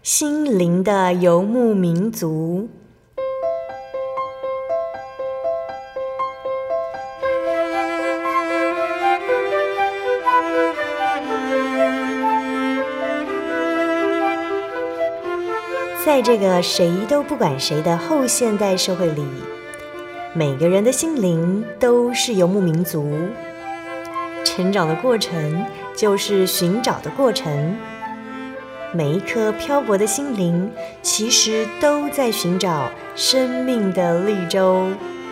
心灵的游牧民族。在这个谁都不管谁的后现代社会里，每个人的心灵都是游牧民族。成长的过程就是寻找的过程，每一颗漂泊的心灵其实都在寻找生命的绿洲。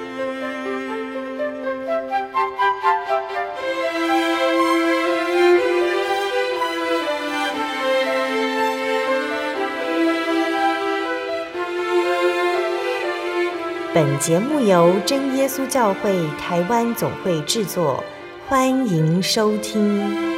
本节目由真耶稣教会台湾总会制作，欢迎收听。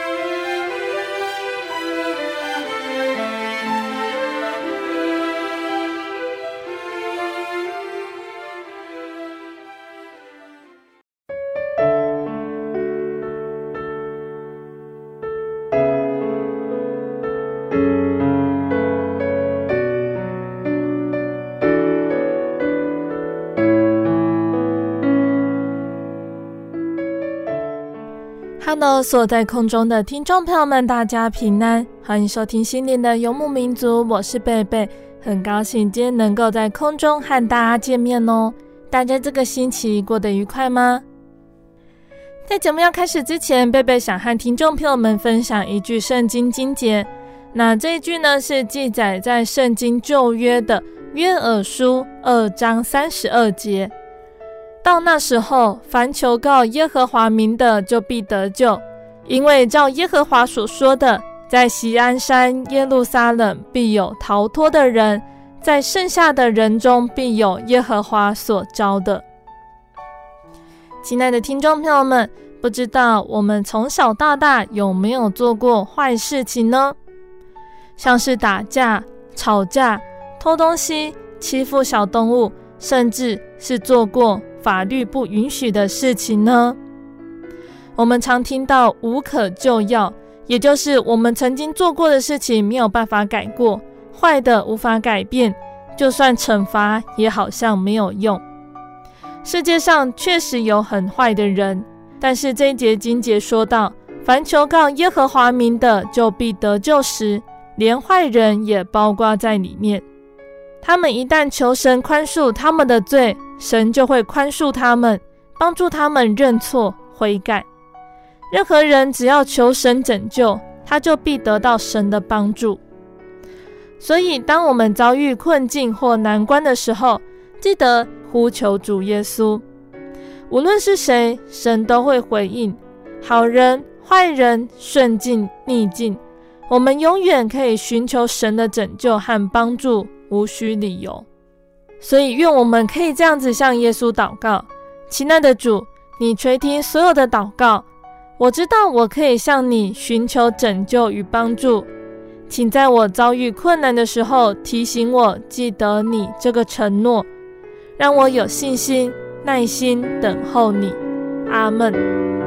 Hello， 所在空中的听众朋友们，大家平安，欢迎收听心灵的游牧民族，我是贝贝，很高兴今天能够在空中和大家见面哦。大家这个星期过得愉快吗？在节目要开始之前，贝贝想和听众朋友们分享一句圣经经节，那这一句呢是记载在圣经旧约的约珥书2章32节。到那时候，凡求告耶和华名的，就必得救，因为照耶和华所说的，在锡安山耶路撒冷必有逃脱的人，在剩下的人中必有耶和华所召的。亲爱的听众朋友们，不知道我们从小到大有没有做过坏事情呢？像是打架、吵架、偷东西、欺负小动物，甚至是做过法律不允许的事情呢？我们常听到无可救药，也就是我们曾经做过的事情没有办法改过，坏的无法改变，就算惩罚也好像没有用。世界上确实有很坏的人，但是这一节经节说到，凡求告耶和华名的，就必得救时，连坏人也包括在里面。他们一旦求神宽恕他们的罪，神就会宽恕他们，帮助他们认错悔改。任何人只要求神拯救，他就必得到神的帮助。所以当我们遭遇困境或难关的时候，记得呼求主耶稣。无论是谁，神都会回应。好人坏人顺境逆境，我们永远可以寻求神的拯救和帮助，无需理由。所以愿我们可以这样子向耶稣祷告：亲爱的主，你垂听所有的祷告，我知道我可以向你寻求拯救与帮助，请在我遭遇困难的时候提醒我记得你这个承诺，让我有信心耐心等候你。阿们。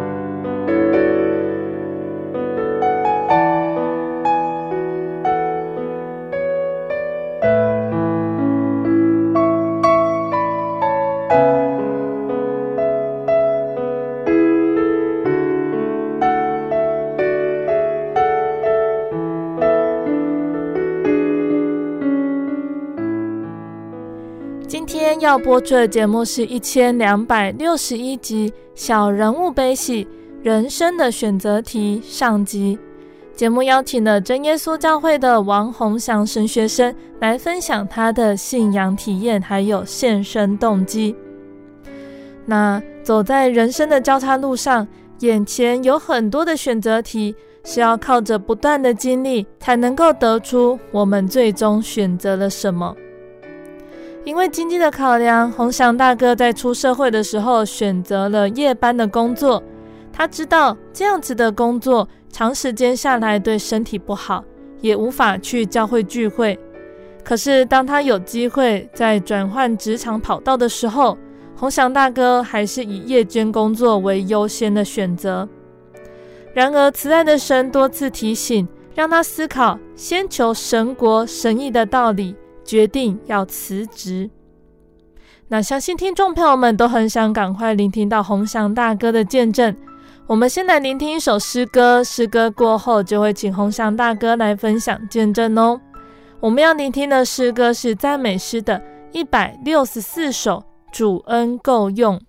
今天要播出的节目是1261集小人物悲喜人生的选择题上集。节目邀请了真耶稣教会的王宏祥神学生来分享他的信仰体验还有献身动机。那走在人生的交叉路上，眼前有很多的选择题，是要靠着不断的经历才能够得出我们最终选择了什么。因为经济的考量，宏祥大哥在出社会的时候选择了夜班的工作。他知道这样子的工作长时间下来对身体不好，也无法去教会聚会。可是当他有机会在转换职场跑道的时候，宏祥大哥还是以夜间工作为优先的选择。然而慈爱的神多次提醒， 让他思考先求神国神义的道理，决定要辞职。那相信听众朋友们都很想赶快聆听到鸿翔大哥的见证。我们先来聆听一首诗歌，诗歌过后就会请鸿翔大哥来分享见证哦。我们要聆听的诗歌是赞美诗的164首，主恩够用。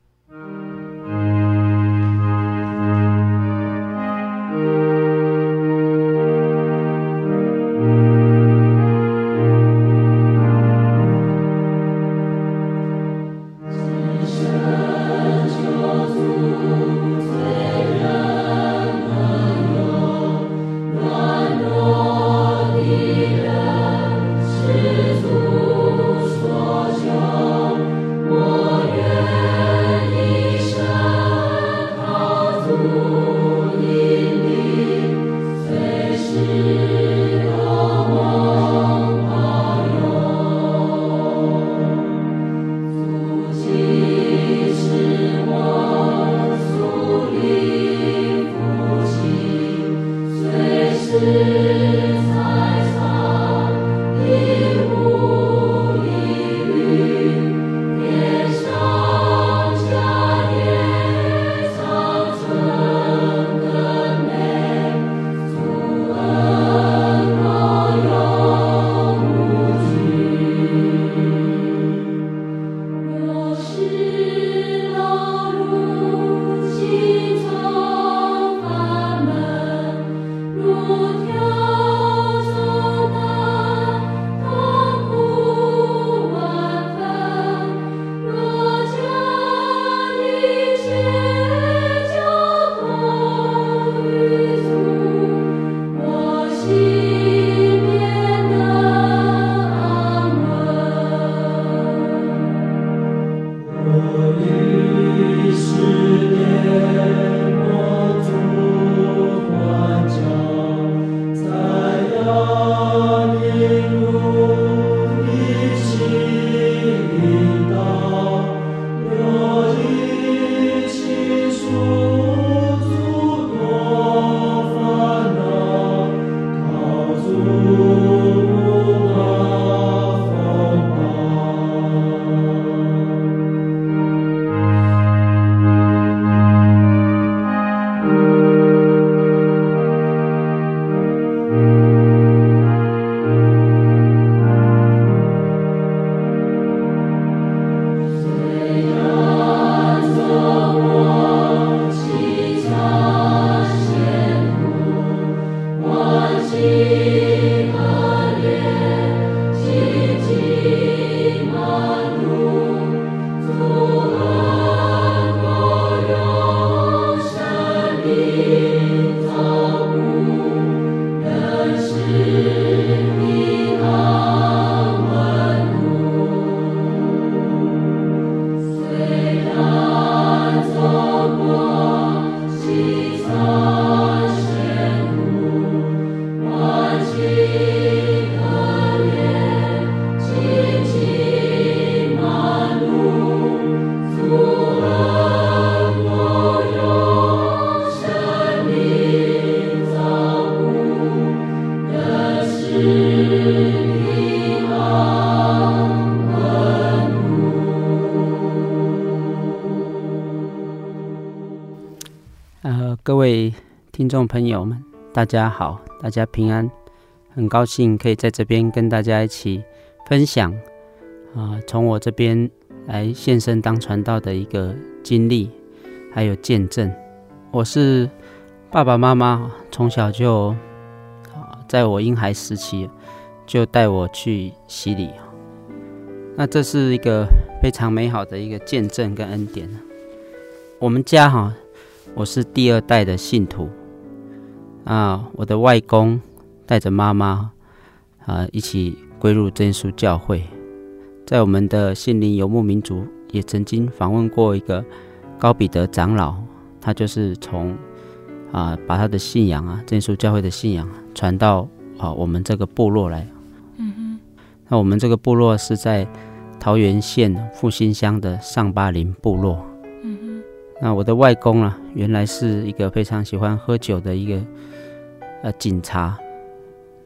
各位听众朋友们，大家好，大家平安，很高兴可以在这边跟大家一起分享从我这边来现身当传道的一个经历还有见证。我是爸爸妈妈从小就在我婴孩时期就带我去洗礼，那这是一个非常美好的一个见证跟恩典。我们家我是第二代的信徒我的外公带着妈妈一起归入真耶稣教会。在我们的信灵游牧民族也曾经访问过一个高彼得长老，他就是从把他的信仰真耶稣教会的信仰传到我们这个部落来。那我们这个部落是在桃园县复兴乡的上巴林部落。那我的外公原来是一个非常喜欢喝酒的一个警察。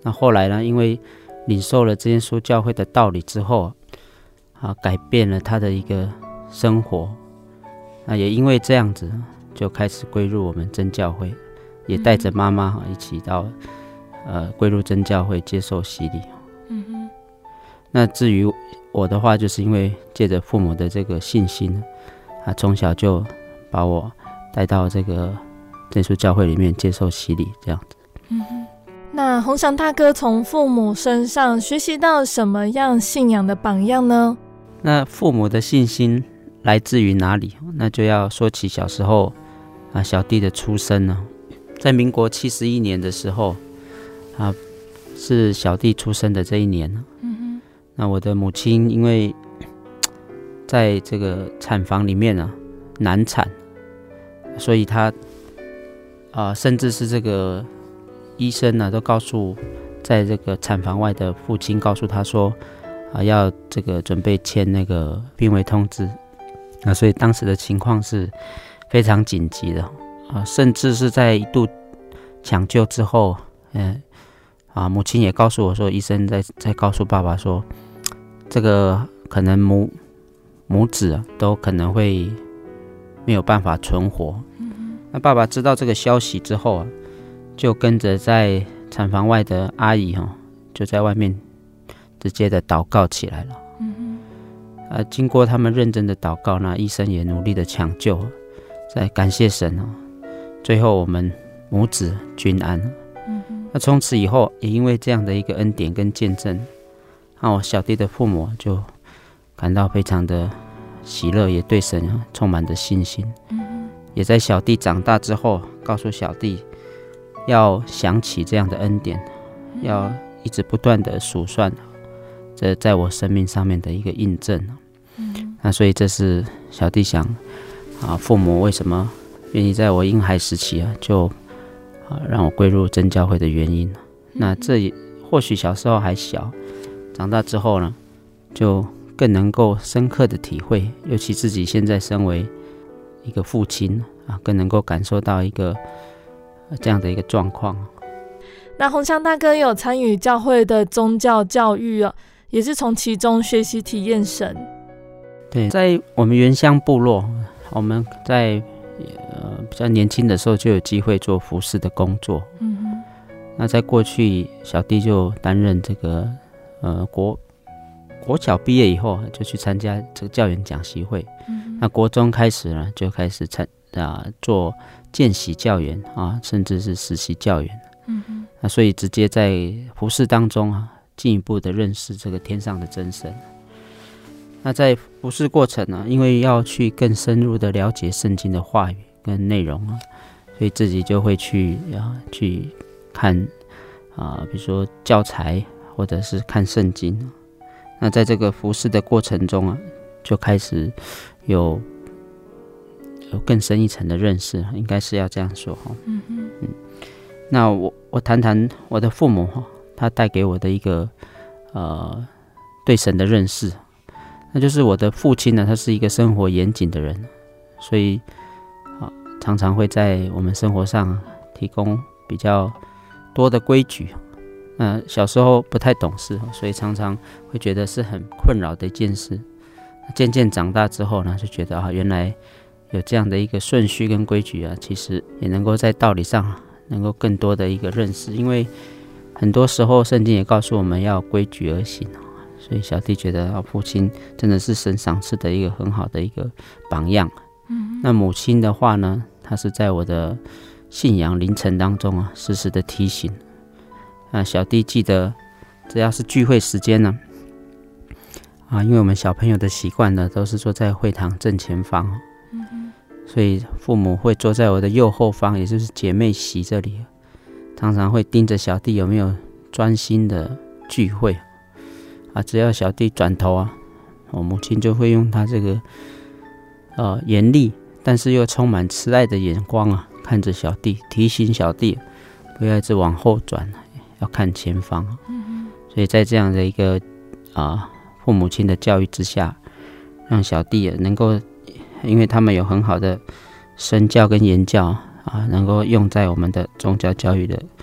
那后来呢，因为领受了真耶稣教会的道理之后改变了他的一个生活，那也因为这样子就开始归入我们真教会，也带着妈妈一起到归入真教会接受洗礼。那至于我的话，就是因为借着父母的这个信心，从小就把我带到这个真耶稣教会里面接受洗礼，这样子。 那鸿翔大哥从父母身上学习到什么样信仰的榜样呢？ 那父母的信心来自于哪里？那就要说起小时候小弟的出生呢。在民国71年的时候是小弟出生的这一年呢。那我的母亲因为在这个产房里面难产，所以她甚至是这个医生都告诉在这个产房外的父亲，告诉他说要这个准备签那个病危通知。所以当时的情况是非常紧急的甚至是在一度抢救之后母亲也告诉我说，医生在告诉爸爸说，这个可能母子都可能会没有办法存活。那爸爸知道这个消息之后就跟着在产房外的阿姨就在外面直接的祷告起来了。经过他们认真的祷告，那医生也努力的抢救，再感谢神最后我们母子均安。那从此以后，也因为这样的一个恩典跟见证，我小弟的父母就感到非常的喜乐，也对神充满着信心。也在小弟长大之后，告诉小弟要想起这样的恩典，要一直不断的数算这在我生命上面的一个印证。那所以这是小弟想父母为什么愿意在我婴孩时期就让我归入真教会的原因。那这也或许小时候还小，长大之后呢，就更能够深刻的体会，尤其自己现在身为一个父亲更能够感受到一个这样的一个状况。 那鸿翔大哥有参与教会的宗教教育也是从其中学习体验神。 对，在我们原乡部落，我们在比较年轻的时候就有机会做服事的工作。那在过去，小弟就担任这个国小毕业以后就去参加这个教员讲习会。那国中开始呢，就开始做见习教员甚至是实习教员。那所以直接在服事当中进一步的认识这个天上的真神。那在服事过程因为要去更深入的了解圣经的话语跟内容所以自己就会去看比如说教材或者是看圣经。那在这个服事的过程中就开始有更深一层的认识，应该是要这样说那我谈谈我的父母他带给我的一个对神的认识。那就是我的父亲呢，他是一个生活严谨的人，所以常常会在我们生活上提供比较多的规矩。小时候不太懂事，所以常常会觉得是很困扰的一件事。渐渐长大之后呢，就觉得原来有这样的一个顺序跟规矩其实也能够在道理上能够更多的一个认识。因为很多时候圣经也告诉我们要规矩而行，所以小弟觉得父亲真的是神赏赐的一个很好的一个榜样。那母亲的话呢，她是在我的信仰凌晨当中时时的提醒。小弟记得只要是聚会时间呢因为我们小朋友的习惯呢都是坐在会堂正前方所以父母会坐在我的右后方，也就是姐妹席这里，常常会盯着小弟有没有专心的聚会只要小弟转头我母亲就会用她这个严厉但是又充满慈爱的眼光看着小弟，提醒小弟不要一直往后转，要看前方。所以在这样的一个父母亲的教育之下，让小弟也能够，因为他们有很好的身教跟言教能够用在我们的宗教教育的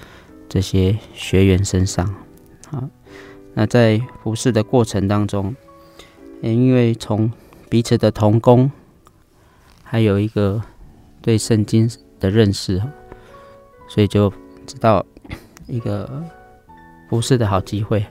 这些学员身上。那在服侍的过程当中，因为从彼此的同工，还有一个对圣经的认识，所以就知道一个服侍的好机会。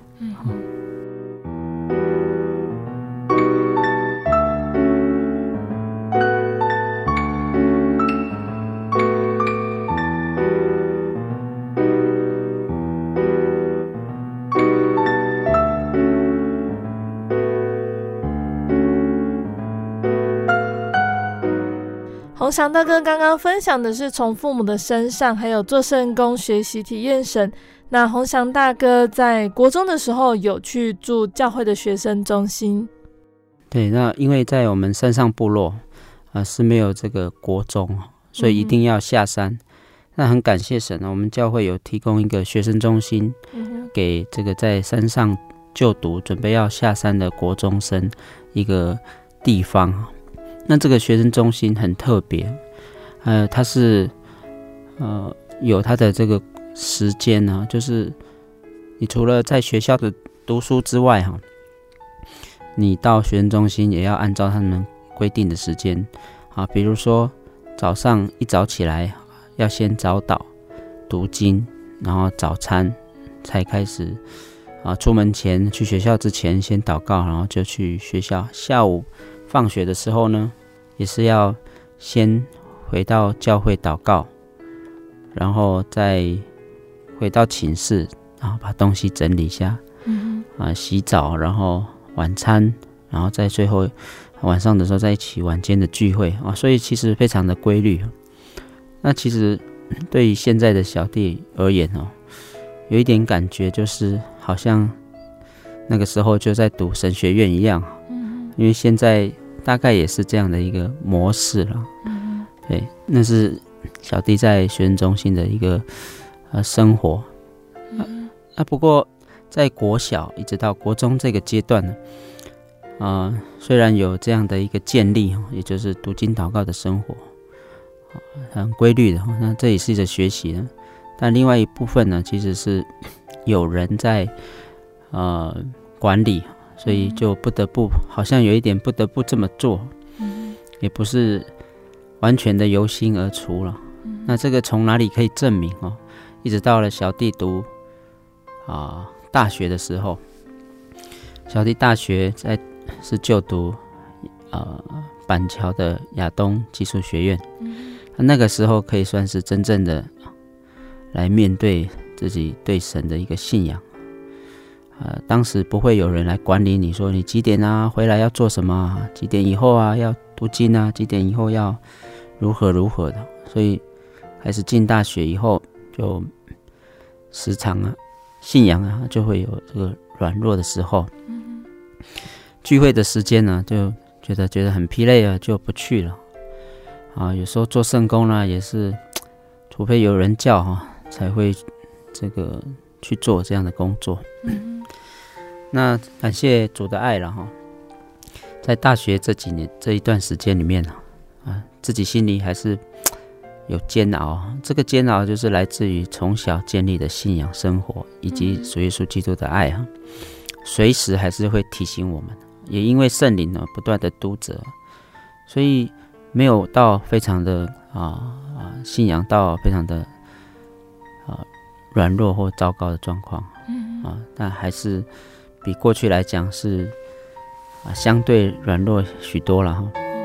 鸿翔大哥刚刚分享的是从父母的身上还有做圣工学习体验神。那鸿翔大哥在国中的时候有去住教会的学生中心。 对，那因为在我们山上部落是没有这个国中，所以一定要下山。那很感谢神，我们教会有提供一个学生中心，给这个在山上就读准备要下山的国中生一个地方。那这个学生中心很特别，它是有它的这个时间呢，就是你除了在学校的读书之外你到学生中心也要按照他们规定的时间比如说早上一早起来要先早祷读经，然后早餐才开始出门前去学校之前先祷告，然后就去学校。下午放学的时候呢，也是要先回到教会祷告，然后再回到寝室，然后把东西整理一下，洗澡，然后晚餐，然后在最后晚上的时候在一起晚间的聚会所以其实非常的规律。那其实对于现在的小弟而言有一点感觉，就是好像那个时候就在读神学院一样，因为现在大概也是这样的一个模式了。对，那是小弟在学生中心的一个生活。不过在国小一直到国中这个阶段呢，虽然有这样的一个建立，也就是读经祷告的生活，很规律的，那这也是一个学习呢。但另外一部分呢，其实是有人在管理，所以就不得不，好像有一点不得不这么做，也不是完全的由心而出了。那这个从哪里可以证明一直到了小弟读大学的时候，小弟大学是就读板桥的亚东技术学院，那个时候可以算是真正的来面对自己对神的一个信仰。当时不会有人来管理你，说你几点回来要做什么几点以后要读经几点以后要如何如何的。所以开始进大学以后，就时常信仰就会有这个软弱的时候。聚会的时间呢，就觉得很疲累就不去了。有时候做圣工呢，也是除非有人叫才会这个去做这样的工作。那感谢主的爱了在大学这几年这一段时间里面自己心里还是有煎熬。这个煎熬就是来自于从小建立的信仰生活，以及主耶稣基督的爱随时还是会提醒我们。也因为圣灵不断的督责，所以没有到非常的信仰到非常的软弱或糟糕的状况但还是比过去来讲是相对软弱许多了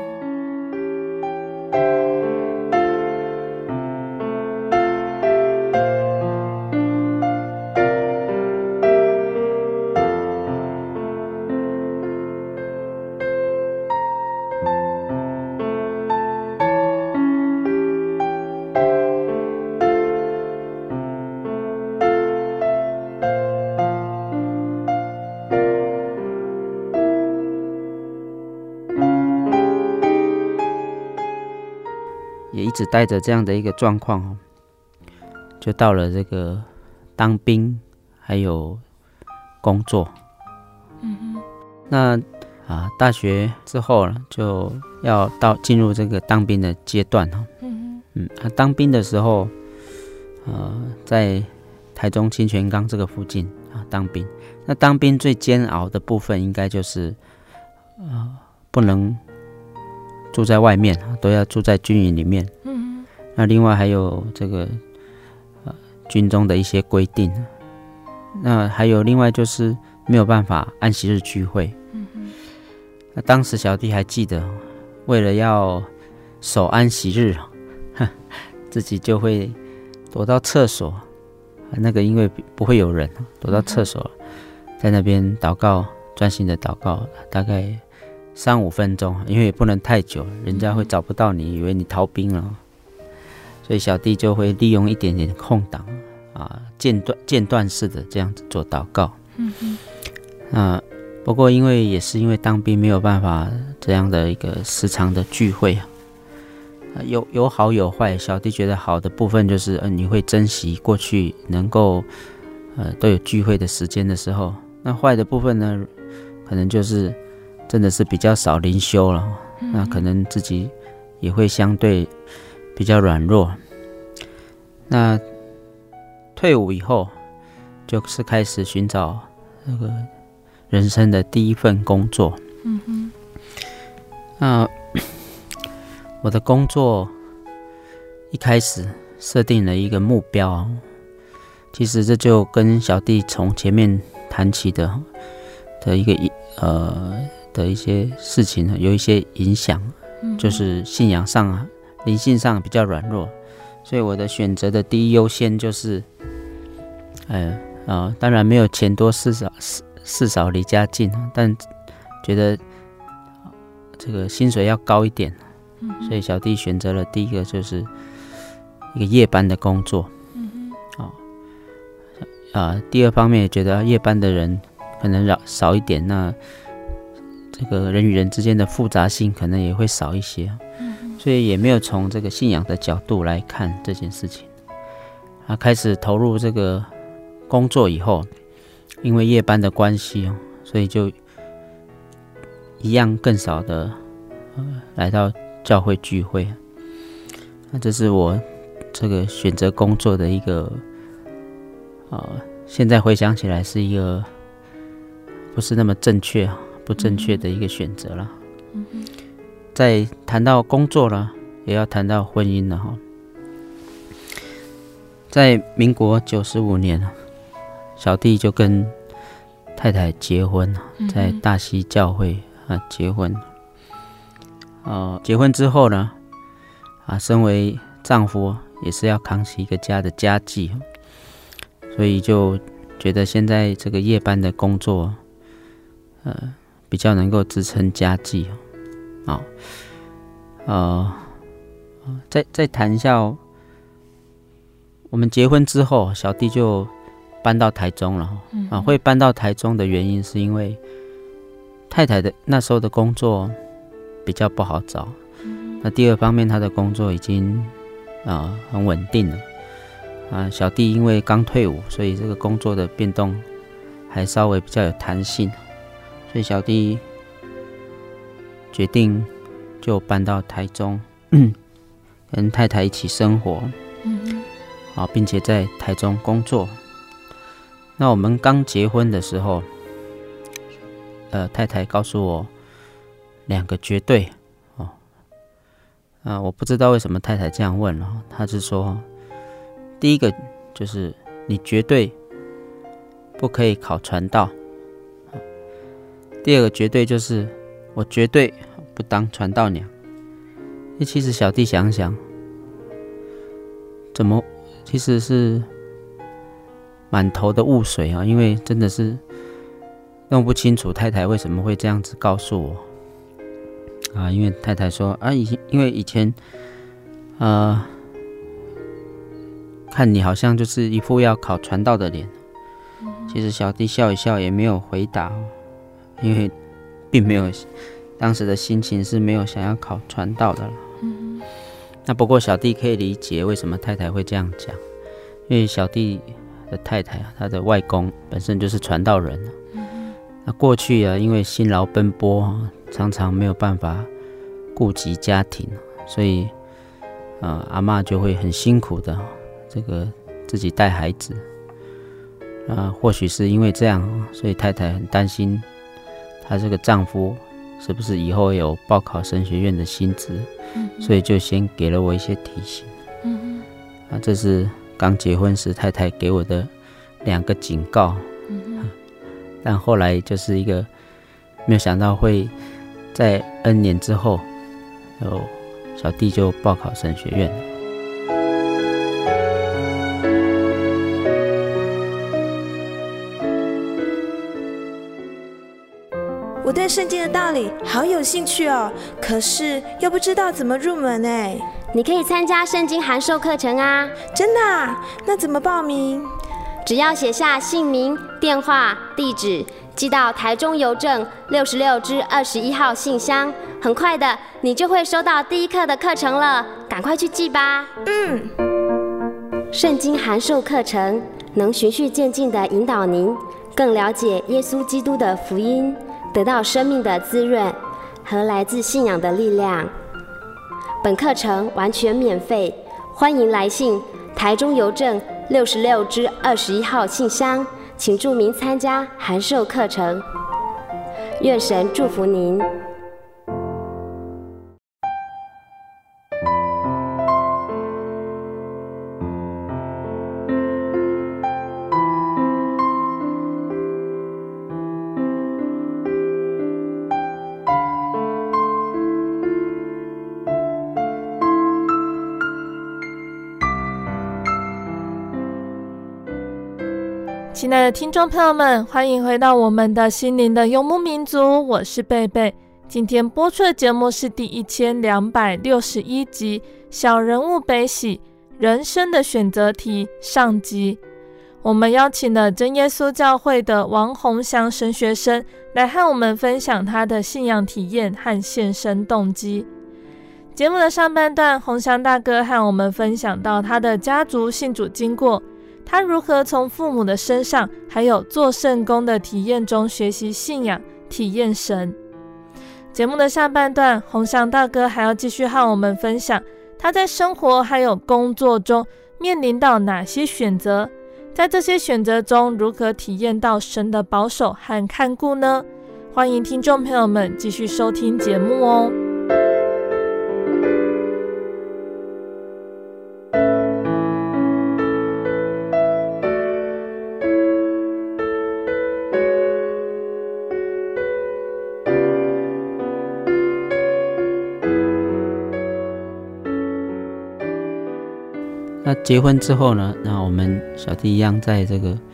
也一直带着这样的一个状况就到了这个当兵还有工作。那大学之后就要进入这个当兵的阶段当兵的时候在台中清泉岗这个附近当兵。那当兵最煎熬的部分应该就是不能住在外面，都要住在军营里面。那另外还有这个军中的一些规定，那还有另外就是没有办法安息日聚会。那当时小弟还记得，为了要守安息日，自己就会躲到厕所，那个因为不会有人，躲到厕所，在那边祷告，专心的祷告，大概3-5分钟，因为也不能太久，人家会找不到你，以为你逃兵了。所以小弟就会利用一点点空档间断式的这样子做祷告。不过也是因为当兵没有办法这样的一个时常的聚会有好有坏。小弟觉得好的部分就是你会珍惜过去能够都有聚会的时间的时候。那坏的部分呢，可能就是真的是比较少灵修了，那可能自己也会相对比较软弱。那退伍以后，就是开始寻找那个人生的第一份工作。那我的工作一开始设定了一个目标，其实这就跟小弟从前面谈起的一个的一些事情有一些影响，就是信仰上灵性上比较软弱，所以我的选择的第一优先就是当然没有钱多事少离家近，但觉得这个薪水要高一点，所以小弟选择了第一个就是一个夜班的工作。第二方面也觉得夜班的人可能少一点，那这个人与人之间的复杂性可能也会少一些，所以也没有从这个信仰的角度来看这件事情。开始投入这个工作以后，因为夜班的关系，所以就一样更少的来到教会聚会。那这是我这个选择工作的一个现在回想起来是一个不是那么不正确的一个选择了。在谈到工作了，也要谈到婚姻了。在民国95年，小弟就跟太太结婚，在大溪教会结婚。结婚之后呢，身为丈夫也是要扛起一个家的家计，所以就觉得现在这个夜班的工作比较能够支撑家计。再谈一下我们结婚之后，小弟就搬到台中了。会搬到台中的原因是因为太太的那时候的工作比较不好找，那第二方面她的工作已经很稳定了。小弟因为刚退伍，所以这个工作的变动还稍微比较有弹性，所以小弟决定就搬到台中，跟太太一起生活，并且在台中工作。那我们刚结婚的时候，太太告诉我2个绝对我不知道为什么太太这样问了，她是说，第一个就是你绝对不可以考传道，第二个绝对就是我绝对不当传道娘。其实小弟想想，其实是满头的雾水因为真的是弄不清楚太太为什么会这样子告诉我因为太太说因为以前看你好像就是一副要考传道的脸。其实小弟笑一笑也没有回答，因为并没有当时的心情是没有想要考传道的了。那不过小弟可以理解为什么太太会这样讲，因为小弟的太太他的外公本身就是传道人那过去因为辛劳奔波常常没有办法顾及家庭，所以阿嬷就会很辛苦的这个自己带孩子。 或许是因为这样，所以太太很担心她这个丈夫是不是以后有报考神学院的薪资，所以就先给了我一些提醒。这是刚结婚时太太给我的2个警告，但后来就是一个没有想到会在 N 年之后，小弟就报考神学院了。 我对圣经的道理好有兴趣哦，可是又不知道怎么入门哎。 你可以参加圣经函授课程啊。 真的啊？那怎么报名？ 只要写下姓名、电话、地址，寄到台中邮政66支21号信箱，很快的你就会收到第一课的课程了，赶快去寄吧。圣经函授课程能循序渐进地引导您更了解耶稣基督的福音，得到生命的滋润和来自信仰的力量。本课程完全免费，欢迎来信台中邮政66支21号信箱，请注明参加函授课程。愿神祝福您。 亲爱的听众朋友们，欢迎回到我们的心灵的游牧民族，我是贝贝。今天播出的节目是第1261集小人物悲喜人生的选择题上集。我们邀请了真耶稣教会的王宏祥神学生来和我们分享他的信仰体验和献身动机。节目的上半段，宏祥大哥和我们分享到他的家族信主经过，他如何从父母的身上还有做圣工的体验中学习信仰，体验神。节目的下半段，宏祥大哥还要继续和我们分享他在生活还有工作中面临到哪些选择，在这些选择中如何体验到神的保守和看顾呢？欢迎听众朋友们继续收听节目哦。 那结婚之后呢，那我们小弟一样在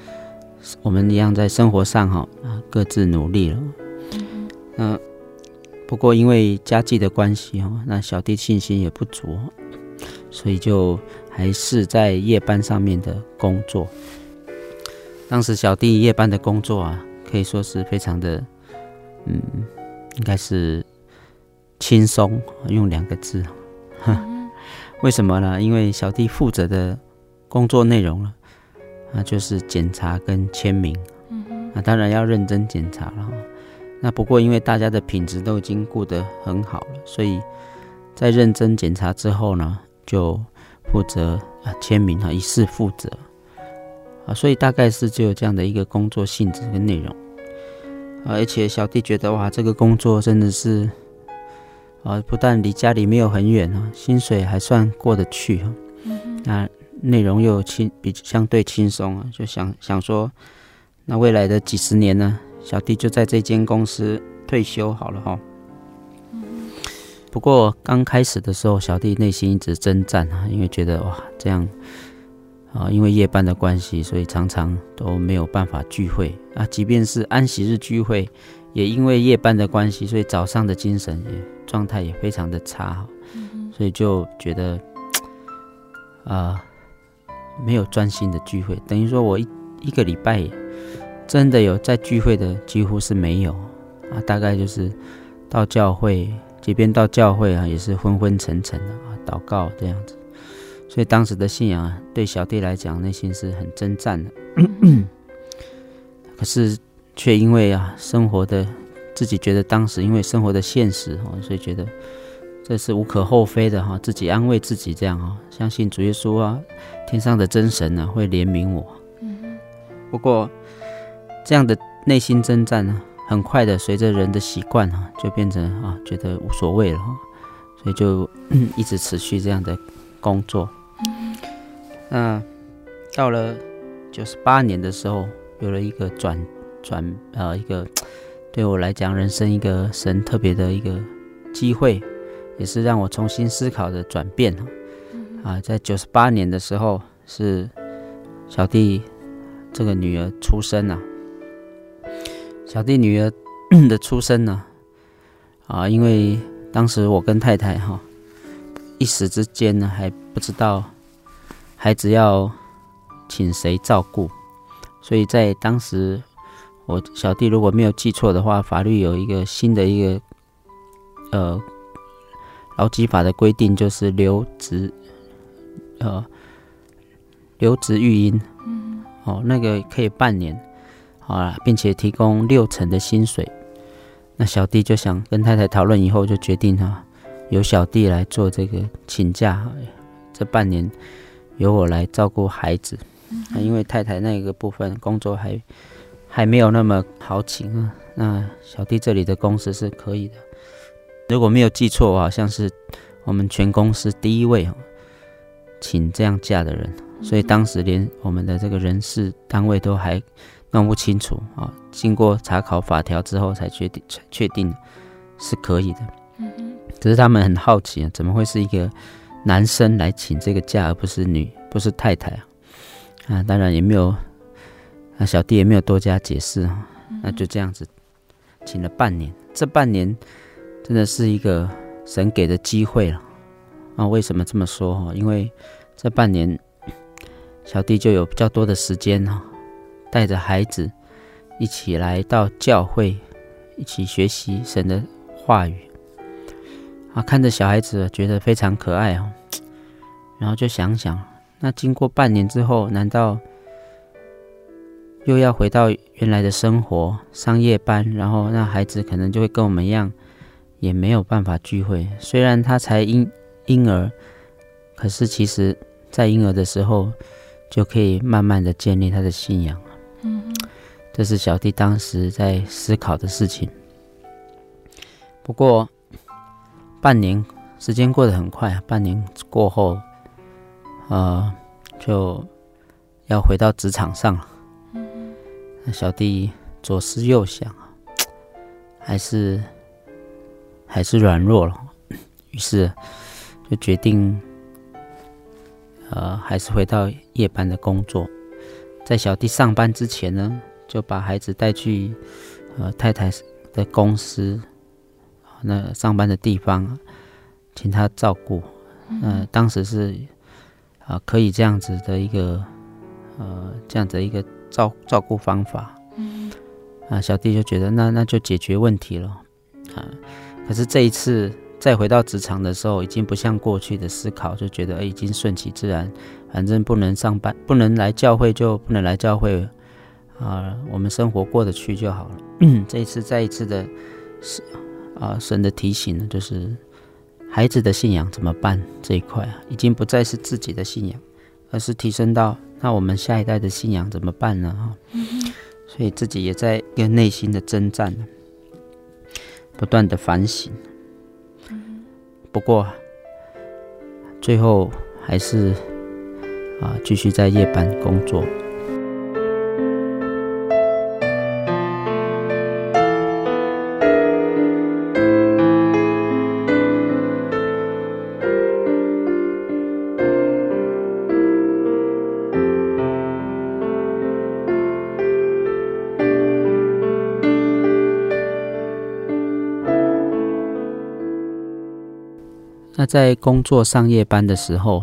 生活上各自努力了。不过因为家计的关系那小弟信心也不足，所以就还是在夜班上面的工作。当时小弟夜班的工作可以说是非常的应该是轻松，用2个字。为什么呢？因为小弟负责的工作内容就是检查跟签名。当然要认真检查了。那不过因为大家的品质都已经顾得很好了，所以在认真检查之后呢，就负责签名一式负责。所以大概是就有这样的一个工作性质跟内容。而且小弟觉得这个工作真的是不但离家里没有很远薪水还算过得去那内容又比相对轻松就想说，那未来的几十年呢，小弟就在这间公司退休好了不过刚开始的时候，小弟内心一直征战因为觉得这样因为夜班的关系，所以常常都没有办法聚会即便是安息日聚会，也因为夜班的关系，所以早上的精神状态也非常的差所以就觉得没有专心的聚会，等于说我一个礼拜真的有在聚会的几乎是没有大概就是到教会，即便到教会也是昏昏沉沉的祷告这样子。所以当时的信仰对小弟来讲内心是很征战的可是却因为生活的自己觉得当时因为生活的现实所以觉得这是无可厚非的自己安慰自己这样相信主耶稣天上的真神会怜悯我不过这样的内心征战呢，很快的随着人的习惯就变成觉得无所谓了所以就一直持续这样的工作。那到了98年的时候，有了一个一个对我来讲人生一个神特别的一个机会，也是让我重新思考的转变在98年的时候，是小弟这个女儿出生了。小弟女儿的出生呢因为当时我跟太太一时之间呢还不知道孩子要请谁照顾，所以在当时我小弟如果没有记错的话，法律有一个新的一个劳基法的规定，就是留职育婴那个可以半年并且提供6成的薪水。那小弟就想跟太太讨论以后，就决定由小弟来做这个请假，这半年由我来照顾孩子。因为太太那个部分工作还没有那么好请那小弟这里的公司是可以的。如果没有记错，好像是我们全公司第一位请这样假的人，所以当时连我们的这个人事单位都还弄不清楚经过查考法条之后才确定是可以的。只是他们很好奇怎么会是一个男生来请这个假，而不是太太当然也没有小弟也没有多加解释那就这样子请了半年。这半年真的是一个神给的机会了为什么这么说因为这半年小弟就有比较多的时间带着孩子一起来到教会，一起学习神的话语看着小孩子觉得非常可爱然后就想想，那经过半年之后，难道又要回到原来的生活，上夜班，然后那孩子可能就会跟我们一样，也没有办法聚会。虽然他才婴儿，可是其实在婴儿的时候就可以慢慢的建立他的信仰这是小弟当时在思考的事情。不过半年时间过得很快半年过后就要回到职场上了那小弟左思右想还是软弱了于是就决定还是回到夜班的工作。在小弟上班之前呢，就把孩子带去太太的公司那上班的地方请他照顾当时是可以这样子的一个照顾方法小弟就觉得那就解决问题了可是这一次再回到职场的时候，已经不像过去的思考，就觉得已经顺其自然，反正不能上班，不能来教会就不能来教会我们生活过得去就好了这一次再一次的神的提醒呢，就是孩子的信仰怎么办这一块已经不再是自己的信仰，而是提升到那我们下一代的信仰怎么办呢所以自己也在一个内心的征战，不断的反省不过最后还是继续在夜班工作。那在工作上夜班的时候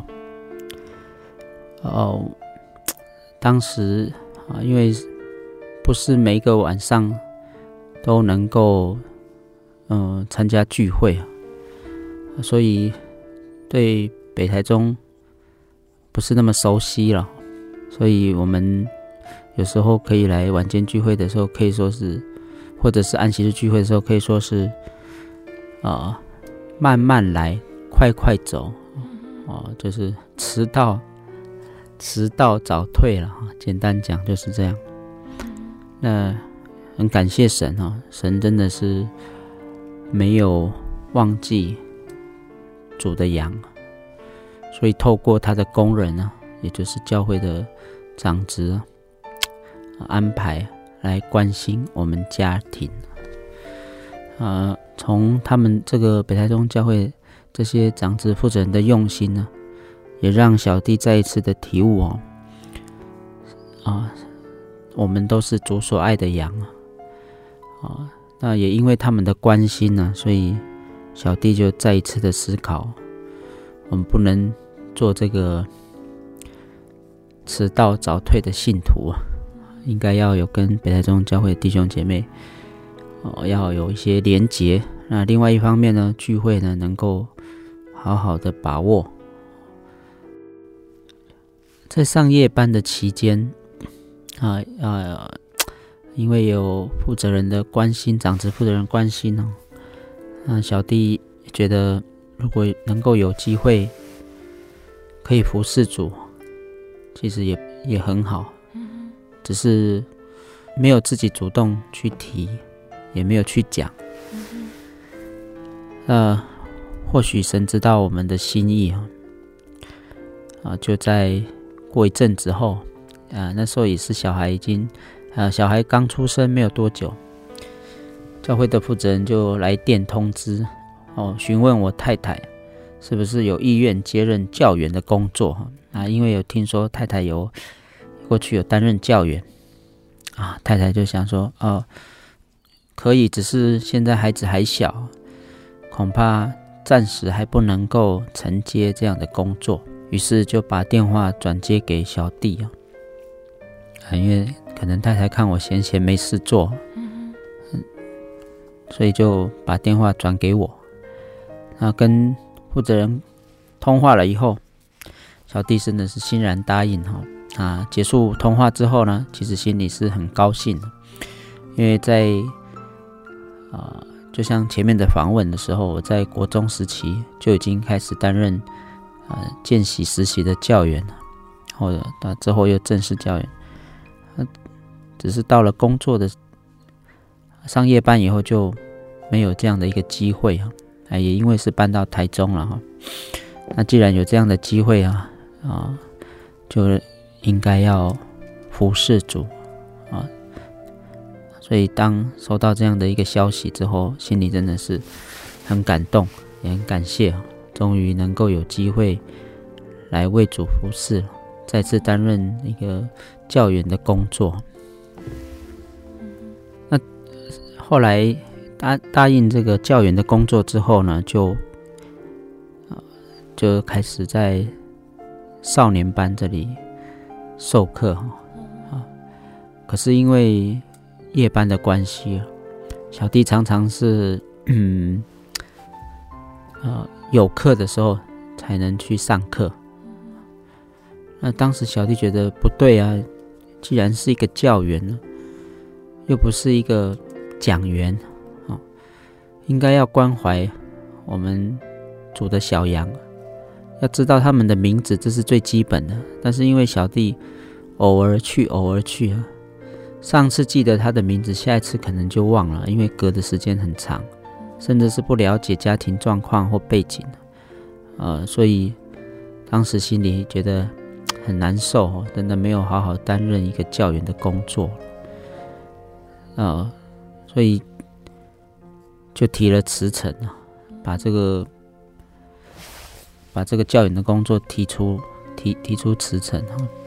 当时因为不是每一个晚上都能够参加聚会所以对北台中不是那么熟悉了，所以我们有时候可以来晚间聚会的时候，可以说是或者是安息日聚会的时候，可以说是慢慢来快快走就是迟到早退了简单讲就是这样那很感谢神神真的是没有忘记主的羊，所以透过他的工人也就是教会的长子安排来关心我们家庭。从他们这个北台中教会这些长子负责人的用心呢，也让小弟再一次的体悟我们都是主所爱的羊那也因为他们的关心呢，所以小弟就再一次的思考，我们不能做这个迟到早退的信徒应该要有跟北台中教会的弟兄姐妹要有一些连结。那另外一方面呢，聚会呢能够好好的把握。在上夜班的期间因为有负责人的关心，长子负责人关心小弟觉得如果能够有机会可以服侍主，其实也很好，只是没有自己主动去提，也没有去讲。或许神知道我们的心意就在过一阵子后那时候也是小孩刚出生没有多久，教会的负责人就来电通知询问我太太是不是有意愿接任教员的工作因为有听说太太过去有担任教员太太就想说可以，只是现在孩子还小，恐怕暂时还不能够承接这样的工作，于是就把电话转接给小弟因为可能太太看我闲闲没事做所以就把电话转给我。跟负责人通话了以后，小弟真的是欣然答应结束通话之后呢，其实心里是很高兴的，因为在就像前面的访问的时候，我在国中时期就已经开始担任见习实习的教员或者之后又正式教员只是到了工作的上夜班以后就没有这样的一个机会也因为是搬到台中了那既然有这样的机会就应该要服侍主所以当收到这样的一个消息之后，心里真的是很感动，也很感谢终于能够有机会来为主服侍，再次担任一个教员的工作。那后来答应这个教员的工作之后呢，就开始在少年班这里授课可是因为夜班的关系小弟常常是有课的时候才能去上课。那当时小弟觉得不对既然是一个教员呢，又不是一个讲员应该要关怀我们主的小羊，要知道他们的名字，这是最基本的。但是因为小弟偶尔去上次记得他的名字，下一次可能就忘了，因为隔的时间很长，甚至是不了解家庭状况或背景所以当时心里觉得很难受真的没有好好担任一个教员的工作所以就提了辞呈把这个教员的工作提出辞呈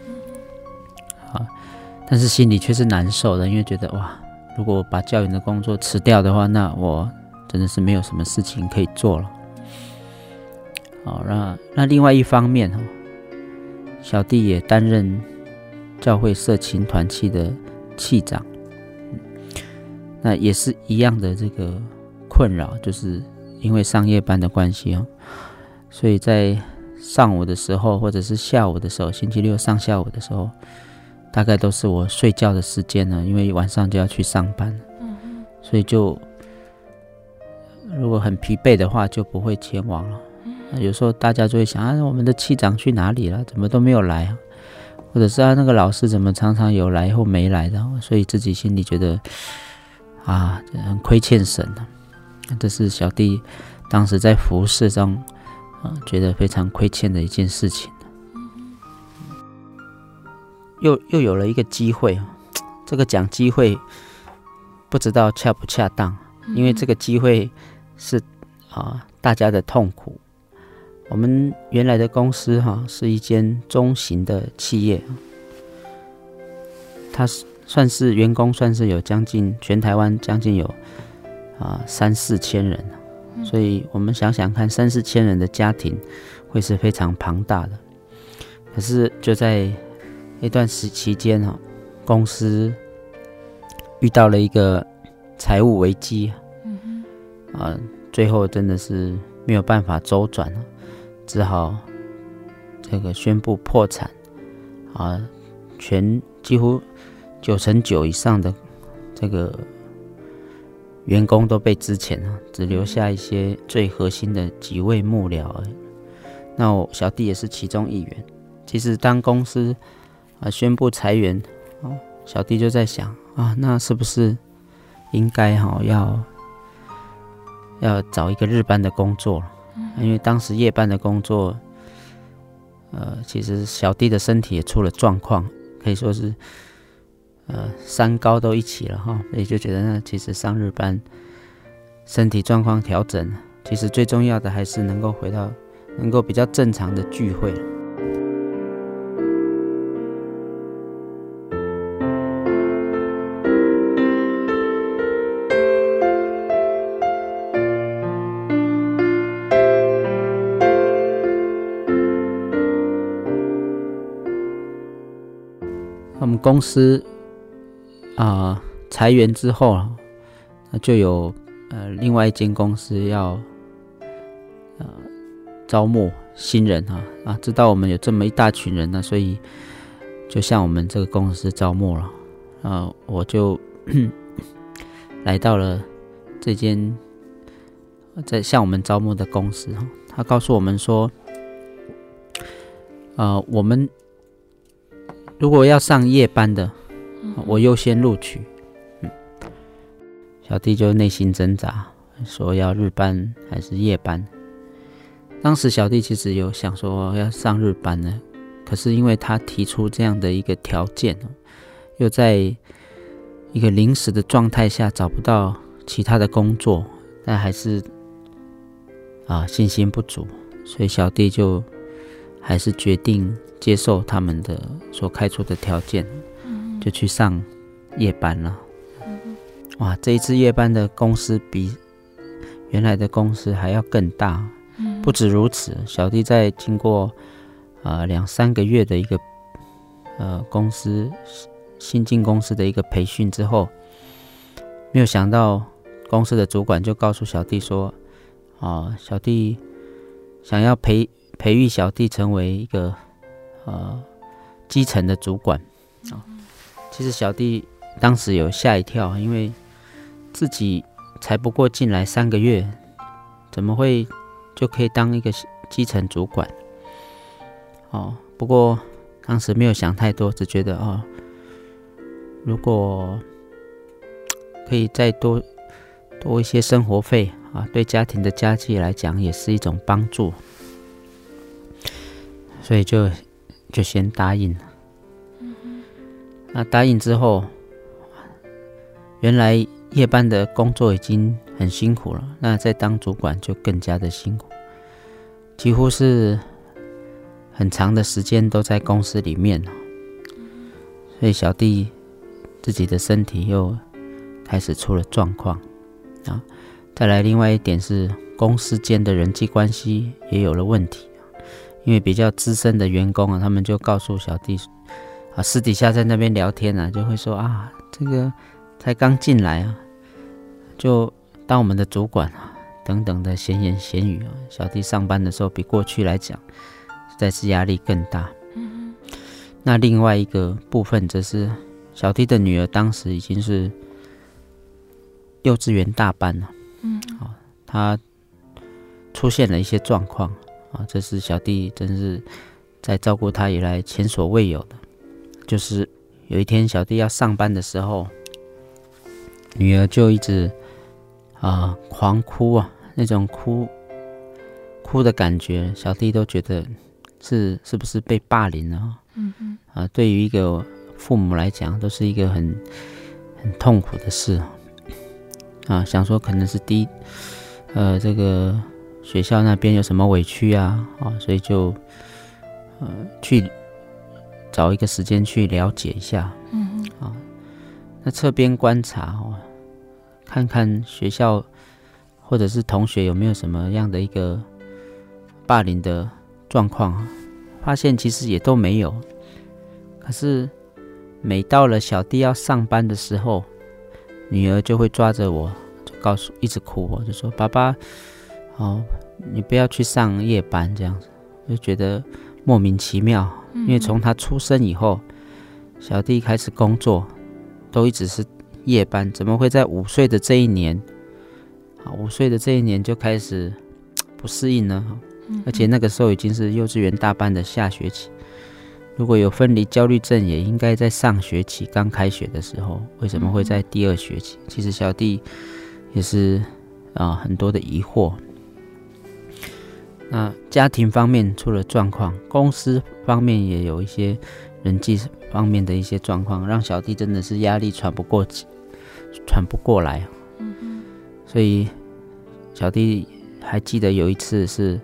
但是心里却是难受的，因为觉得如果我把教员的工作辞掉的话，那我真的是没有什么事情可以做了那另外一方面小弟也担任教会社青团契的契长那也是一样的这个困扰，就是因为上夜班的关系所以在上午的时候或者是下午的时候，星期六上下午的时候，大概都是我睡觉的时间因为晚上就要去上班所以就如果很疲惫的话就不会前往了有时候大家就会想我们的契长去哪里了，怎么都没有来或者是那个老师怎么常常有来或没来的，所以自己心里觉得很亏欠神啊。这是小弟当时在服事上觉得非常亏欠的一件事情。又有了一个机会，这个讲机会不知道恰不恰当，因为这个机会是大家的痛苦。我们原来的公司是一间中型的企业，它算是员工算是有将近全台湾将近有3-4千人，所以我们想想看，3-4千人的家庭会是非常庞大的。可是就在一段期间公司遇到了一个财务危机，最后真的是没有办法周转，只好这个宣布破产，几乎99%以上的这个员工都被资遣了，只留下一些最核心的几位幕僚而已。那我小弟也是其中一员。其实当公司宣布裁员，小弟就在想那是不是应该要找一个日班的工作了？因为当时夜班的工作，其实小弟的身体也出了状况，可以说是三高都一起了所以就觉得那其实上日班身体状况调整，其实最重要的还是能够回到能够比较正常的聚会。我们公司裁员之后就有另外一间公司要招募新人知道我们有这么一大群人所以就向我们这个公司招募了。我就来到了这间在向我们招募的公司。他告诉我们说我们如果要上夜班的，我优先录取。小弟就内心挣扎，说要日班还是夜班。当时小弟其实有想说要上日班呢，可是因为他提出这样的一个条件，又在一个临时的状态下找不到其他的工作，但还是信心不足，所以小弟就还是决定接受他们的所开出的条件，就去上夜班了。哇，这一次夜班的公司比原来的公司还要更大。不止如此，小弟在经过2-3个月的一个公司新进公司的一个培训之后，没有想到公司的主管就告诉小弟说小弟想要培育小弟成为一个基层的主管。其实小弟当时有吓一跳，因为自己才不过进来3个月，怎么会就可以当一个基层主管？不过当时没有想太多，只觉得如果可以再多一些生活费对家庭的家计来讲也是一种帮助，所以就先答应了。那答应之后，原来夜班的工作已经很辛苦了，那再当主管就更加的辛苦，几乎是很长的时间都在公司里面，所以小弟自己的身体又开始出了状况再来另外一点是公司间的人际关系也有了问题，因为比较资深的员工他们就告诉小弟私底下在那边聊天就会说这个才刚进来就当我们的主管等等的闲言闲语小弟上班的时候比过去来讲实在是压力更大。那另外一个部分则是小弟的女儿当时已经是幼稚园大班了，她出现了一些状况这是小弟真是在照顾她以来前所未有的。 就是有一天小弟要上班的时候，女儿就一直狂哭啊，那种哭的感觉，小弟都觉得是不是被霸凌了？对于一个父母来讲，都是一个很痛苦的事啊。想说可能是这个学校那边有什么委屈啊，所以就去找一个时间去了解一下。那侧边观察看看学校或者是同学有没有什么样的一个霸凌的状况，发现其实也都没有。可是每到了小弟要上班的时候，女儿就会抓着我，就一直哭，我就说爸爸，你不要去上夜班这样子，就觉得莫名其妙。因为从他出生以后，小弟开始工作都一直是夜班，怎么会在5岁的这一年，5岁的这一年就开始不适应呢？而且那个时候已经是幼稚园大班的下学期，如果有分离焦虑症，也应该在上学期刚开学的时候，为什么会在第2学期？其实小弟也是很多的疑惑。那家庭方面出了状况，公司方面也有一些人际方面的一些状况，让小弟真的是压力喘不过来。所以小弟还记得有一次是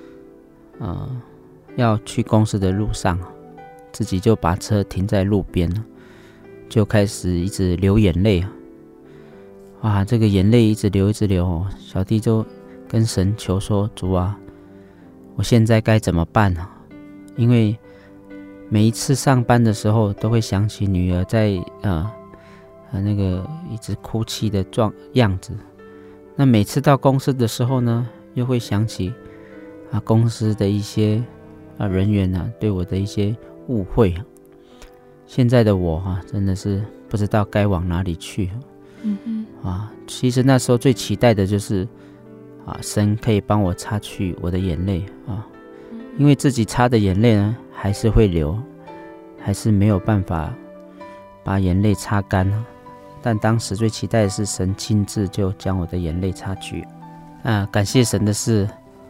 要去公司的路上，自己就把车停在路边，就开始一直流眼泪。哇，这个眼泪一直流，小弟就跟神求说：主啊，我现在该怎么办啊？因为每一次上班的时候，都会想起女儿在那个一直哭泣的样子。那每次到公司的时候呢，又会想起公司的一些人员对我的一些误会。现在的我真的是不知道该往哪里去。其实那时候最期待的就是神可以帮我擦去我的眼泪因为自己擦的眼泪呢还是会流，还是没有办法把眼泪擦干。但当时最期待的是神亲自就将我的眼泪擦去。感谢神的是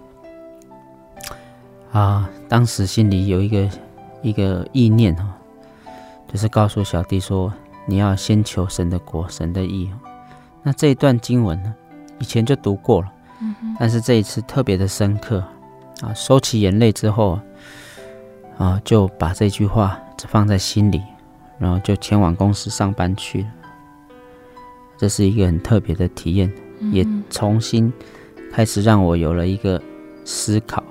当时心里有一个意念就是告诉小弟说，你要先求神的国，神的义。那这一段经文呢，以前就读过了，但是这一次特别的深刻收起眼泪之后就把这句话放在心里，然后就前往公司上班去了。这是一个很特别的体验，也重新开始让我有了一个思考。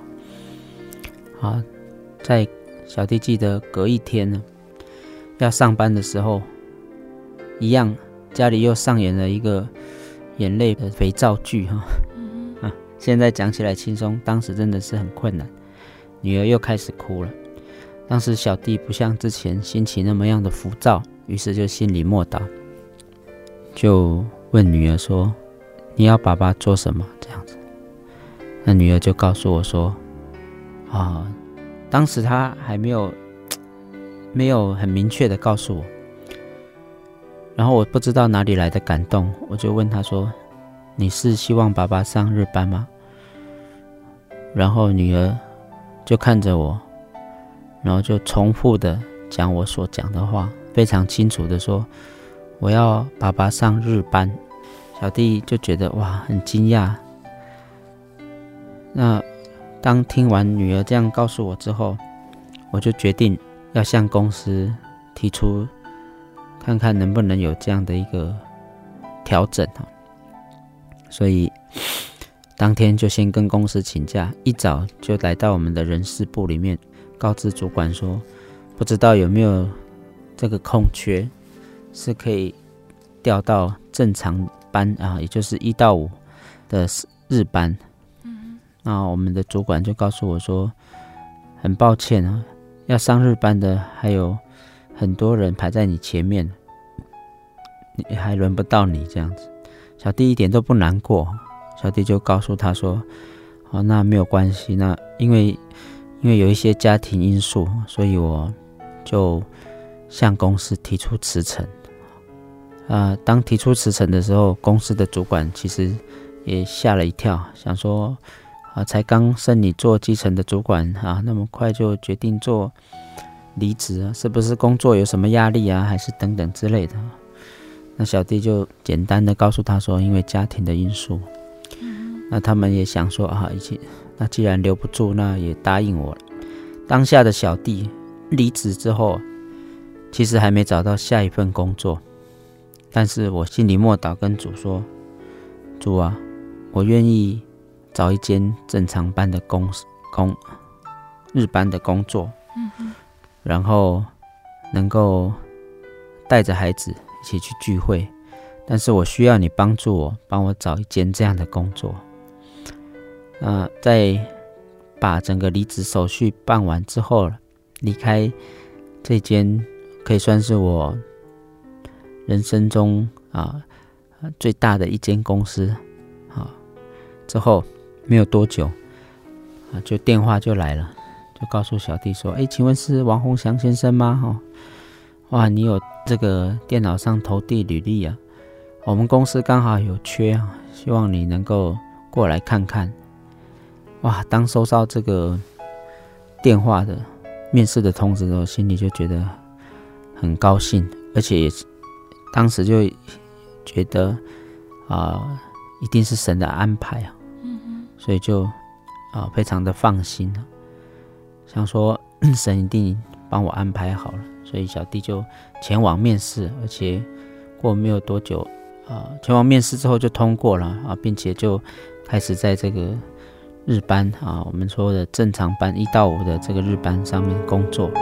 在小弟记得隔一天呢，要上班的时候，一样家里又上演了一个眼泪的肥皂剧现在讲起来轻松，当时真的是很困难。女儿又开始哭了，当时小弟不像之前心情那么样的浮躁，于是就心里默祷，就问女儿说，你要爸爸做什么这样子。那女儿就告诉我说当时她还没有很明确的告诉我，然后我不知道哪里来的感动，我就问她说，你是希望爸爸上日班吗？然后女儿就看着我，然后就重复的讲我所讲的话，非常清楚的说，我要爸爸上日班。小弟就觉得哇，很惊讶。那当听完女儿这样告诉我之后，我就决定要向公司提出，看看能不能有这样的一个调整。所以当天就先跟公司请假，一早就来到我们的人事部里面，告知主管说，不知道有没有这个空缺，是可以调到正常班也就是1到5的日班。那我们的主管就告诉我说，很抱歉要上日班的还有很多人排在你前面，你还轮不到你这样子。小弟一点都不难过，小弟就告诉他说，那没有关系，那因为有一些家庭因素，所以我就向公司提出辞呈。当提出辞呈的时候，公司的主管其实也吓了一跳，想说才刚升你做基层的主管那么快就决定做离职是不是工作有什么压力还是等等之类的。那小弟就简单的告诉他说，因为家庭的因素。那他们也想说那既然留不住，那也答应我了。当下的小弟离职之后，其实还没找到下一份工作，但是我心里默祷跟主说，主啊，我愿意找一间正常班的日班的工作，然后能够带着孩子一起去聚会，但是我需要你帮助我，帮我找一间这样的工作。在把整个离职手续办完之后，离开这间可以算是我人生中最大的一间公司之后没有多久就电话就来了，就告诉小弟说，请问是王鸿祥先生吗？哇，你有这个电脑上投递履历我们公司刚好有缺希望你能够过来看看。哇，当收到这个电话的面试的通知的时候，心里就觉得很高兴，而且也当时就觉得一定是神的安排所以就非常的放心想说神一定帮我安排好了，所以小弟就前往面试，而且过没有多久前往面试之后就通过了并且就开始在这个日班我们说的正常班1到5的这个日班上面工作。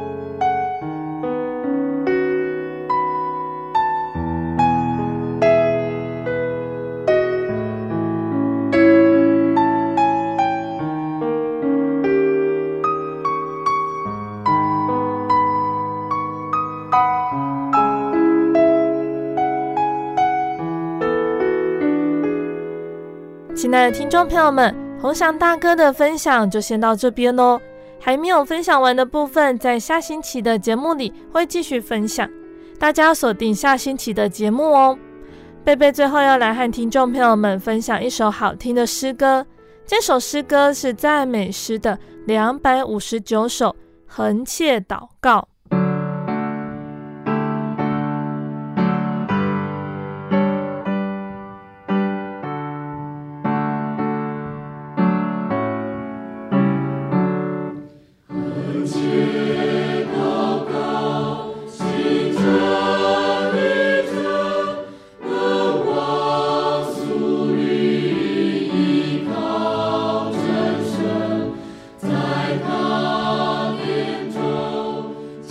亲爱的听众朋友们，鸿祥大哥的分享就先到这边咯，还没有分享完的部分，在下星期的节目里会继续分享，大家要锁定下星期的节目哦。贝贝最后要来和听众朋友们分享一首好听的诗歌，这首诗歌是赞美诗的259首横切祷告。 在他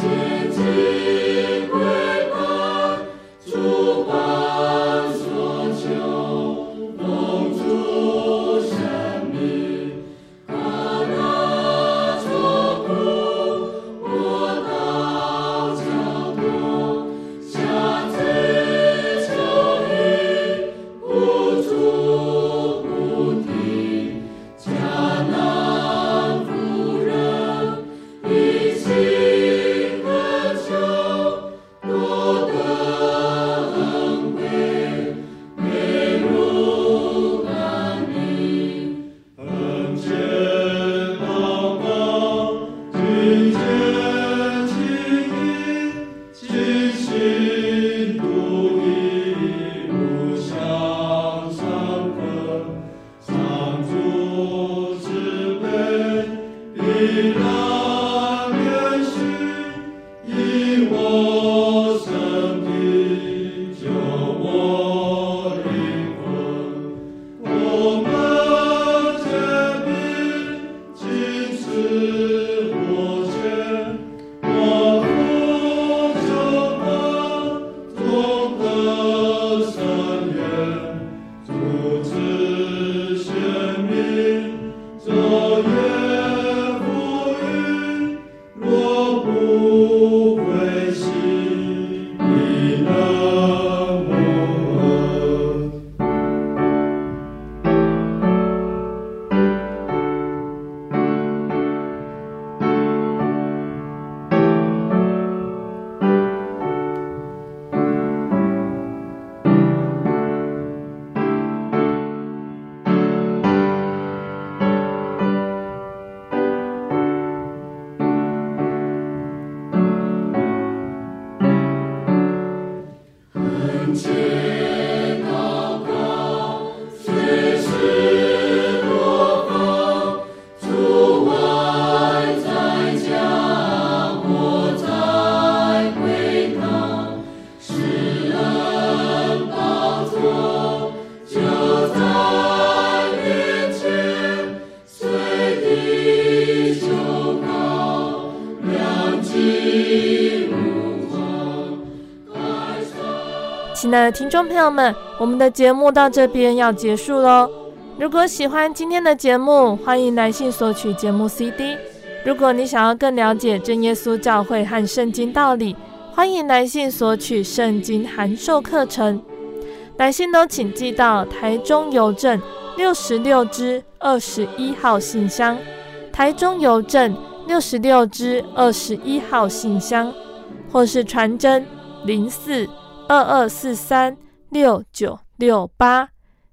亲爱的听众朋友们，我们的节目到这边要结束咯。如果喜欢今天的节目，欢迎来信索取节目 CD。 如果你想要更了解真耶稣教会和圣经道理，欢迎来信索取圣经函授课程。来信都请寄到台中邮政66支21号信箱，台中邮政66支21号信箱，或是传真04-2243-6968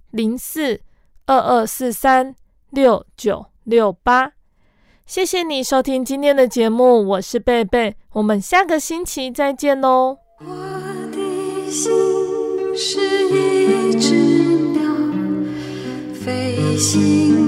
04-2243-6968。谢谢你收听今天的节目，我是贝贝，我们下个星期再见咯。 我的心是一只鸟，飞行